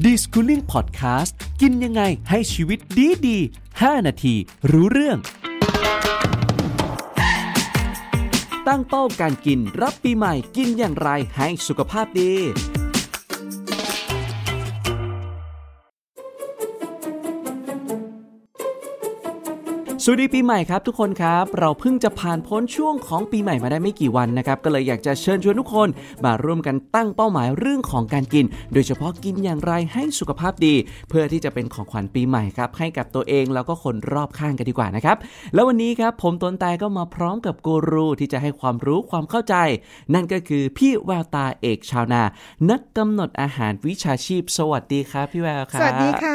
Deschooling Podcast กินยังไงให้ชีวิตดีๆ5นาทีรู้เรื่องตั้งเป้าการกินรับปีใหม่กินอย่างไรให้สุขภาพดีสวัสดีปีใหม่ครับทุกคนครับเราเพิ่งจะผ่านพ้นช่วงของปีใหม่มาได้ไม่กี่วันนะครับก็เลยอยากจะเชิญชวนทุกคนมาร่วมกันตั้งเป้าหมายเรื่องของการกินโดยเฉพาะกินอย่างไรให้สุขภาพดีเพื่อที่จะเป็นของขวัญปีใหม่ครับให้กับตัวเองแล้วก็คนรอบข้างกันดีกว่านะครับแล้ววันนี้ครับผมต้นแต่ก็มาพร้อมกับกูรูที่จะให้ความรู้ความเข้าใจนั่นก็คือพี่แววตาเอกชาวนานักกำหนดอาหารวิชาชีพสวัสดีครับพี่แววครับสวัสดีค่ะ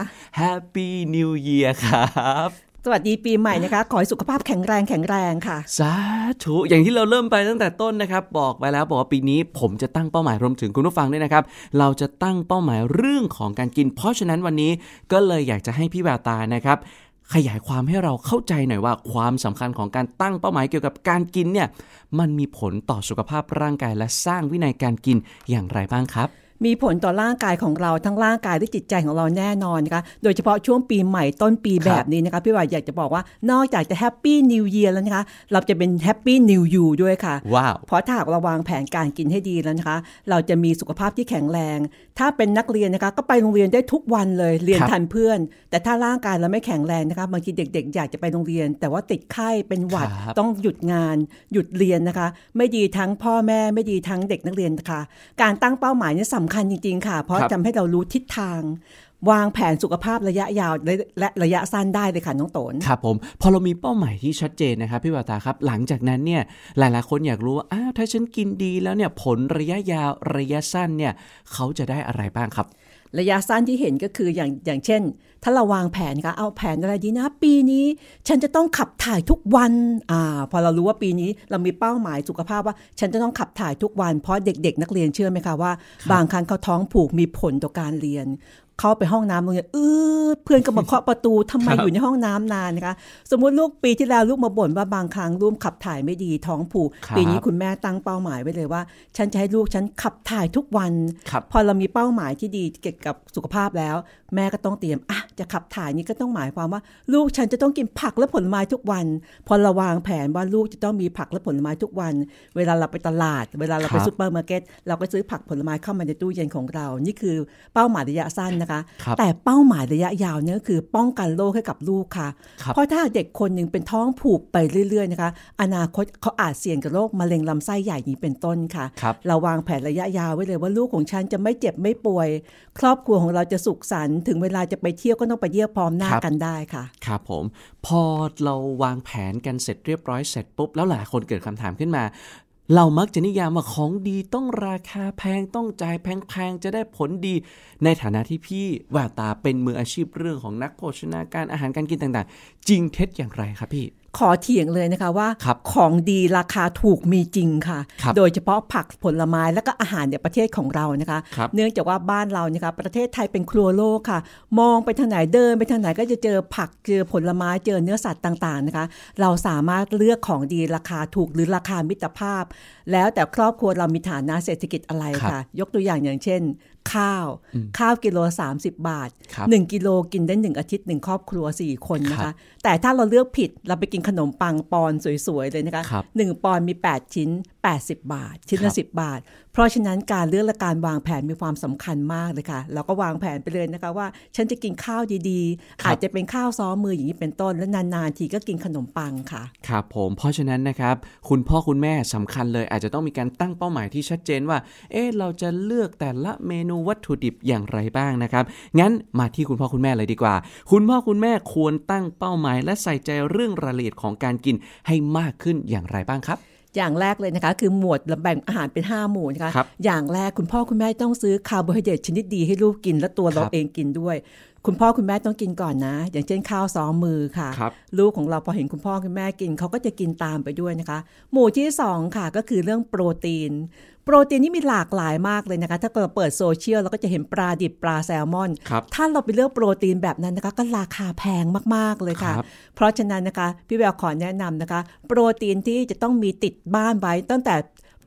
Happy New Year ครับสวัสดีปีใหม่นะคะขอให้สุขภาพแข็งแรงค่ะสาธุอย่างที่เราเริ่มไปตั้งแต่ต้นนะครับบอกไปแล้วบอกว่าปีนี้ผมจะตั้งเป้าหมายรวมถึงคุณผู้ฟังด้วยนะครับเราจะตั้งเป้าหมายเรื่องของการกินเพราะฉะนั้นวันนี้ก็เลยอยากจะให้พี่แววตานะครับขยายความให้เราเข้าใจหน่อยว่าความสำคัญของการตั้งเป้าหมายเกี่ยวกับการกินเนี่ยมันมีผลต่อสุขภาพร่างกายและสร้างวินัยการกินอย่างไรบ้างครับมีผลต่อร่างกายของเราทั้งร่างกายและจิตใจของเราแน่นอนนะคะโดยเฉพาะช่วงปีใหม่ต้นปีแบบนี้นะคะพี่ว่าอยากจะบอกว่านอกจากจะแฮปปี้นิวเยียร์แล้วนะคะเราจะเป็นแฮปปี้นิวยูด้วยค่ะว้าวเพราะถ้าหากเราวางแผนการกินให้ดีแล้วนะคะเราจะมีสุขภาพที่แข็งแรงถ้าเป็นนักเรียนนะคะก็ไปโรงเรียนได้ทุกวันเลยเรียนทันเพื่อนแต่ถ้าร่างกายเราไม่แข็งแรงนะคะบางทีเด็กๆอยากจะไปโรงเรียนแต่ว่าติดไข้เป็นหวัดต้องหยุดงานหยุดเรียนนะคะไม่ดีทั้งพ่อแม่ไม่ดีทั้งเด็กนักเรียนนะคะการตั้งเป้าหมายนี่สำคัญจริงๆค่ะเพราะทำให้เรารู้ทิศทางวางแผนสุขภาพระยะยาวและระยะสั้นได้เลยค่ะน้องโตนครับผมพอเรามีเป้าหมายที่ชัดเจนนะครับพี่วาตาครับหลังจากนั้นเนี่ยหลายๆคนอยากรู้ว่าถ้าฉันกินดีแล้วเนี่ยผลระยะยาวระยะสั้นเนี่ยเขาจะได้อะไรบ้างครับระยะสั้นที่เห็นก็คืออย่างเช่นถ้าเราวางแผนค่ะเอาแผนอะไรดีนะปีนี้ฉันจะต้องขับถ่ายทุกวันพอเรารู้ว่าปีนี้เรามีเป้าหมายสุขภาพว่าฉันจะต้องขับถ่ายทุกวันเพราะเด็กๆนักเรียนเชื่อไหมคะว่าบางครั้งเขาท้องผูกมีผลต่อการเรียนเข้าไปห้องน้ำโรงเรียนเพื่อนก็มาเคาะประตูทำไมอยู่ในห้องน้ำนานนะคะสมมุติลูกปีที่แล้วลูกมาบ่นว่าบางครั้งลูกขับถ่ายไม่ดีท้องผูกปีนี้คุณแม่ตั้งเป้าหมายไว้เลยว่าฉันจะให้ลูกฉันขับถ่ายทุกวันพอเรามีเป้าหมายที่ดีเกี่ยวกับสุขภาพแล้วแม่ก็ต้องเตรียมจะขับถ่ายนี่ก็ต้องหมายความว่าลูกฉันจะต้องกินผักและผลไม้ทุกวันพอเราวางแผนว่าลูกจะต้องมีผักและผลไม้ทุกวันเวลาเราไปตลาดเวลาเราไปซุปเปอร์มาร์เก็ตเราก็ซื้อผักผลไม้เข้ามาในตู้เย็นของเรานี่คือเป้าหมายระยะสั้นนะคะแต่เป้าหมายระยะยาวเนี่ยคือป้องกันโรคให้กับลูกค่ะเพราะถ้าเด็กคนหนึ่งเป็นท้องผูกไปเรื่อยๆนะคะอนาคตเขาอาจเสี่ยงกับโรคมะเร็งลำไส้ใหญ่นี้เป็นต้นค่ะเราวางแผนระยะยาวไว้เลยว่าลูกของฉันจะไม่เจ็บไม่ป่วยครอบครัวของเราจะสุขสันต์ถึงเวลาจะไปเที่ยวก็ต้องไปเที่ยวพร้อมหน้ากันได้ค่ะครับผมพอเราวางแผนกันเสร็จเรียบร้อยเสร็จปุ๊บแล้วหลายคนเกิดคำถามขึ้นมาเรามักจะนิยามว่าของดีต้องราคาแพงต้องจ่ายแพงๆจะได้ผลดีในฐานะที่พี่แววตาเป็นมืออาชีพเรื่องของนักโภชนาการอาหารการกินต่างๆจริงเท็จอย่างไรครับพี่ขอเถียงเลยนะคะว่าของดีราคาถูกมีจริงค่ะโดยเฉพาะผักผลไม้และก็อาหารในประเทศของเรานะคะเนื่องจากว่าบ้านเรานะคะประเทศไทยเป็นครัวโลกค่ะมองไปทางไหนเดินไปทางไหนก็จะเจอผักเจอผลไม้เจอเนื้อสัตว์ต่างๆนะคะเราสามารถเลือกของดีราคาถูกหรือราคามิตรภาพแล้วแต่ครอบครัวเรามีฐานะเศรษฐกิจอะไรค่ะยกตัวอย่างเช่นข้าวกิโล30 บาท1กิโลกินได้1อาทิตย์1ครอบครัว4คนนะคะแต่ถ้าเราเลือกผิดเราไปกินขนมปังปอนสวยๆเลยนะคะ1ปอนมี8ชิ้น80 บาทชิ้นละ10 บาทเพราะฉะนั้นการเลือกและการวางแผนมีความสำคัญมากเลยค่ะเราก็วางแผนไปเลยนะคะว่าฉันจะกินข้าวดีๆอาจจะเป็นข้าวซ้อมมืออย่างนี้เป็นต้นและนานๆทีก็กินขนมปังค่ะครับผมเพราะฉะนั้นนะครับคุณพ่อคุณแม่สำคัญเลยอาจจะต้องมีการตั้งเป้าหมายที่ชัดเจนว่าเราจะเลือกแต่ละเมนูวัตถุดิบอย่างไรบ้างนะครับงั้นมาที่คุณพ่อคุณแม่เลยดีกว่าคุณพ่อคุณแม่ควรตั้งเป้าหมายและใส่ใจเรื่องรายละเอียดของการกินให้มากขึ้นอย่างไรบ้างครับอย่างแรกเลยนะคะคือหมวดแบ่งอาหารเป็น5หมู่นะคะอย่างแรกคุณพ่อคุณแม่ต้องซื้อคาร์โบไฮเดรตชนิดดีให้ลูกกินและตัวเราเองกินด้วยคุณพ่อคุณแม่ต้องกินก่อนนะอย่างเช่นข้าวซ้อมมือค่ะลูกของเราพอเห็นคุณพ่อคุณแม่กินเขาก็จะกินตามไปด้วยนะคะหมู่ที่2ค่ะก็คือเรื่องโปรตีนนี่มีหลากหลายมากเลยนะคะถ้าเปิดโซเชียลเราก็จะเห็นปลาดิบปลาแซลมอนถ้าเราไปเลือกโปรตีนแบบนั้นนะคะก็ราคาแพงมากๆเลยค่ะเพราะฉะนั้นนะคะพี่แววขอแนะนำนะคะโปรตีนที่จะต้องมีติดบ้านไว้ตั้งแต่โ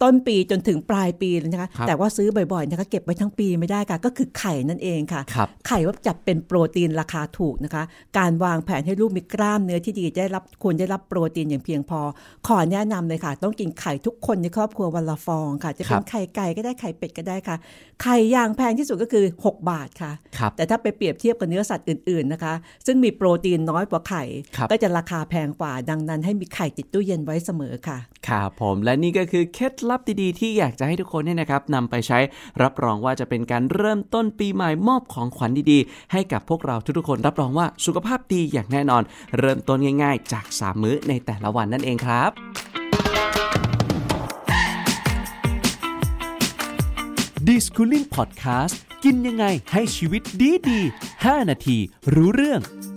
ต้นปีจนถึงปลายปีเลยนะคะแต่ว่าซื้อบ่อยๆนะคะเก็บไว้ทั้งปีไม่ได้ค่ะก็คือไข่นั่นเองค่ะไข่ว่าจะเป็นโปรตีนราคาถูกนะคะการวางแผนให้ลูกมีกล้ามเนื้อที่ดีควรได้รับโปรตีนอย่างเพียงพอขอแนะนำเลยค่ะต้องกินไข่ทุกคนในครอบครัววันละฟองค่ะจะเป็นไข่ไก่ก็ได้ไข่เป็ดก็ได้ค่ะไข่อย่างแพงที่สุดก็คือ6 บาทค่ะแต่ถ้าไปเปรียบเทียบกับเนื้อสัตว์อื่นๆนะคะซึ่งมีโปรตีนน้อยกว่าไข่ก็จะราคาแพงกว่าดังนั้นให้มีไข่ติดตู้เย็นไว้เสมอค่ะครับผมและนี่ก็คือเคล็ดลับดีๆที่อยากจะให้ทุกคนเนี่ยนะครับนำไปใช้รับรองว่าจะเป็นการเริ่มต้นปีใหม่มอบของขวัญดีๆให้กับพวกเราทุกๆคนรับรองว่าสุขภาพดีอย่างแน่นอนเริ่มต้นง่ายๆจาก3 มื้อในแต่ละวันนั่นเองครับDiscooling Podcast กินยังไงให้ชีวิตดีๆ5 นาทีรู้เรื่อง